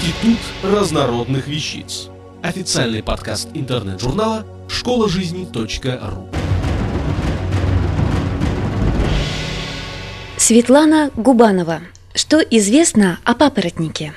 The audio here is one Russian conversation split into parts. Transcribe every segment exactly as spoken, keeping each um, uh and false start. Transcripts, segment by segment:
Институт разнородных вещиц. Официальный подкаст интернет-журнала школа жизни точка ру. Светлана Губанова. Что известно о папоротнике?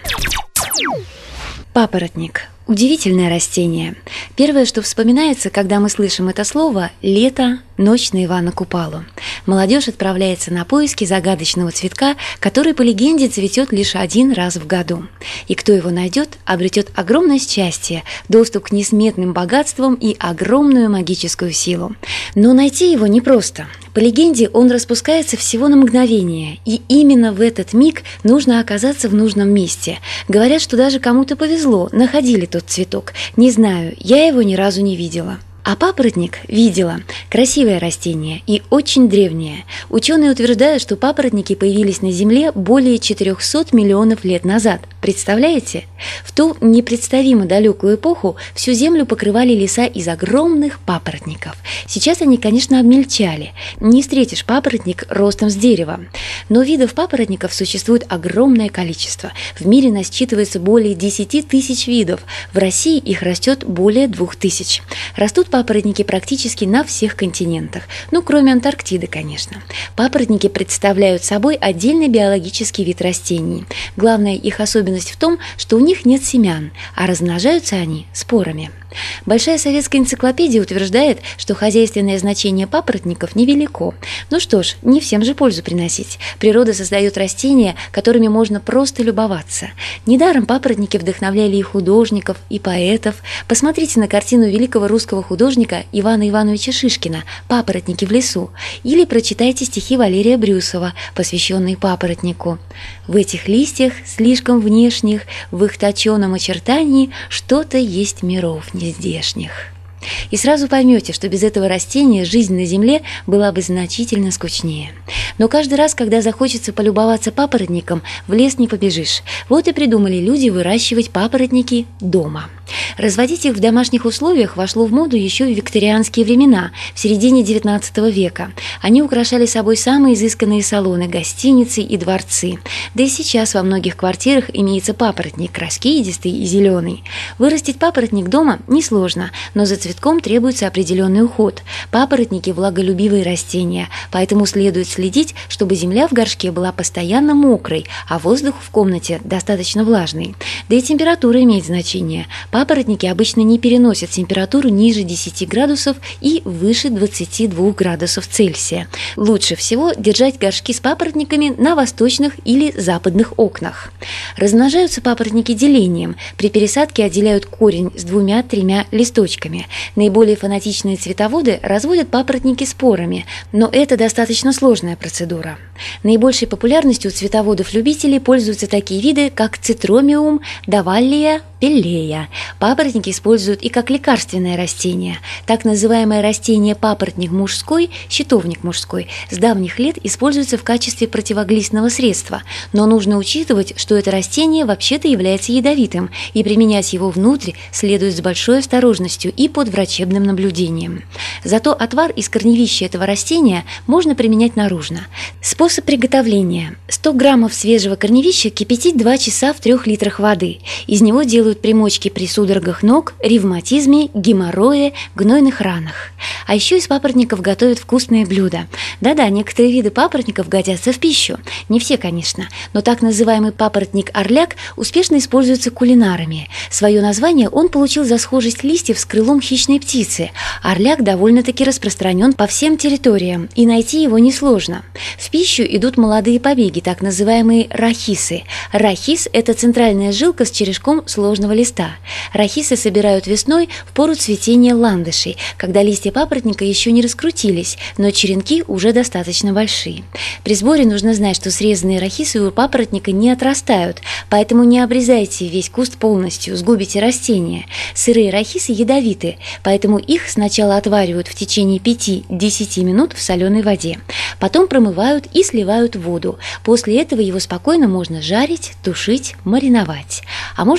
Папоротник – удивительное растение. Первое, что вспоминается, когда мы слышим это слово – лето, ночь на Ивана Купалу. Молодежь отправляется на поиски загадочного цветка, который, по легенде, цветет лишь один раз в году. И кто его найдет, обретет огромное счастье, доступ к несметным богатствам и огромную магическую силу. Но найти его непросто. По легенде, он распускается всего на мгновение, и именно в этот миг нужно оказаться в нужном месте. Говорят, что даже кому-то повезло, находили тот цветок. Не знаю, я его ни разу не видела. А папоротник видела. Красивое растение и очень древнее. Ученые утверждают, что папоротники появились на Земле более четырехсот миллионов лет назад. Представляете? В ту непредставимо далекую эпоху всю Землю покрывали леса из огромных папоротников. Сейчас они, конечно, обмельчали. Не встретишь папоротник ростом с дерева. Но видов папоротников существует огромное количество. В мире насчитывается более десяти тысяч видов. В России их растет более двух тысяч. Растут папоротники практически на всех континентах, ну, кроме Антарктиды, конечно. Папоротники представляют собой отдельный биологический вид растений. Главная их особенность в том, что у них нет семян, а размножаются они спорами. Большая советская энциклопедия утверждает, что хозяйственное значение папоротников невелико. Ну что ж, не всем же пользу приносить. Природа создает растения, которыми можно просто любоваться. Недаром папоротники вдохновляли и художников, и поэтов. Посмотрите на картину великого русского художника Ивана Ивановича Шишкина «Папоротники в лесу» или прочитайте стихи Валерия Брюсова, посвященные папоротнику. В этих листьях, слишком внешних, в их точеном очертании что-то есть миров нездешних. И сразу поймете, что без этого растения жизнь на Земле была бы значительно скучнее. Но каждый раз, когда захочется полюбоваться папоротником, в лес не побежишь. Вот и придумали люди выращивать папоротники дома. Разводить их в домашних условиях вошло в моду еще в викторианские времена, в середине девятнадцатого века. Они украшали собой самые изысканные салоны, гостиницы и дворцы. Да и сейчас во многих квартирах имеется папоротник, раскидистый и зеленый. Вырастить папоротник дома несложно, но за цветком требуется определенный уход. Папоротники – влаголюбивые растения, поэтому следует следить, чтобы земля в горшке была постоянно мокрой, а воздух в комнате достаточно влажный. Да и температура имеет значение. Папоротники обычно не переносят температуру ниже десяти градусов и выше двадцати двух градусов Цельсия. Лучше всего держать горшки с папоротниками на восточных или западных окнах. Размножаются папоротники делением. При пересадке отделяют корень с двумя-тремя листочками. Наиболее фанатичные цветоводы разводят папоротники спорами, но это достаточно сложная процедура. Наибольшей популярностью у цветоводов-любителей пользуются такие виды, как цитромиум, даваллия, пеллея. Папоротники используют и как лекарственное растение. Так называемое растение папоротник мужской, щитовник мужской, с давних лет используется в качестве противоглистного средства, но нужно учитывать, что это растение вообще-то является ядовитым, и применять его внутрь следует с большой осторожностью и под врачебным наблюдением. Зато отвар из корневища этого растения можно применять наружно. Способ приготовления. сто граммов свежего корневища кипятить два часа в трёх литрах воды. Из него делают примочки при судорогах ног, ревматизме, геморрое, гнойных ранах. А еще из папоротников готовят вкусные блюда. Да-да, некоторые виды папоротников годятся в пищу. Не все, конечно, но так называемый папоротник-орляк успешно используется кулинарами. Свое название он получил за схожесть листьев с крылом хищной птицы. Орляк довольно-таки распространен по всем территориям, и найти его несложно. В пищу идут молодые побеги, так называемые рахисы. Рахис – это центральная жилка с черешком сложного листа. Рахисы собирают весной в пору цветения ландышей, когда листья папоротника еще не раскрутились, но черенки уже достаточно большие. При сборе нужно знать, что срезанные рахисы у папоротника не отрастают, поэтому не обрезайте весь куст полностью, сгубите растение. Сырые рахисы ядовиты, поэтому их сначала отваривают в течение пяти-десяти минут в соленой воде. Потом промывают и сливают в воду. После этого его спокойно можно жарить, тушить, мариновать. А можно приготовить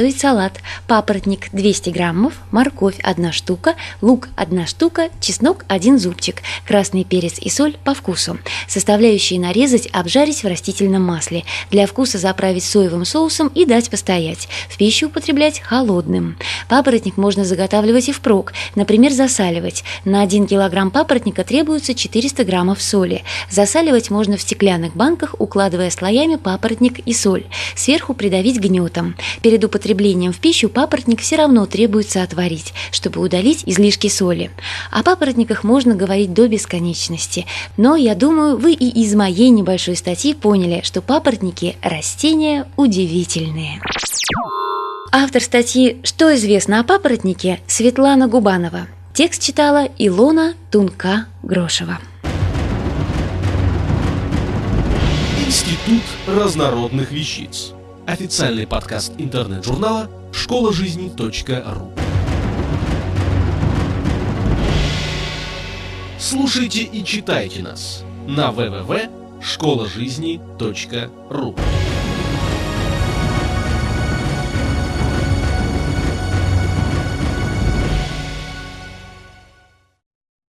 приготовить салат. Папоротник двести граммов, морковь одна штука, лук одна штука, чеснок один зубчик, красный перец и соль по вкусу. Составляющие нарезать, обжарить в растительном масле. Для вкуса заправить соевым соусом и дать постоять. В пищу употреблять холодным. Папоротник можно заготавливать и впрок, например, засаливать. На один килограмм папоротника требуется четыреста граммов соли. Засаливать можно в стеклянных банках, укладывая слоями папоротник и соль. Сверху придавить гнетом. Перед употреблением в пищу папоротник все равно требуется отварить, чтобы удалить излишки соли. О папоротниках можно говорить до бесконечности, но я думаю, вы и из моей небольшой статьи поняли, что папоротники – растения удивительные. Автор статьи «Что известно о папоротнике» Светлана Губанова. Текст читала Илона Тунка-Грошева. Институт разнородных вещиц. Официальный подкаст интернет-журнала школа жизни точка ру. Слушайте и читайте нас на дабл ю дабл ю дабл ю точка школа жизни точка ру.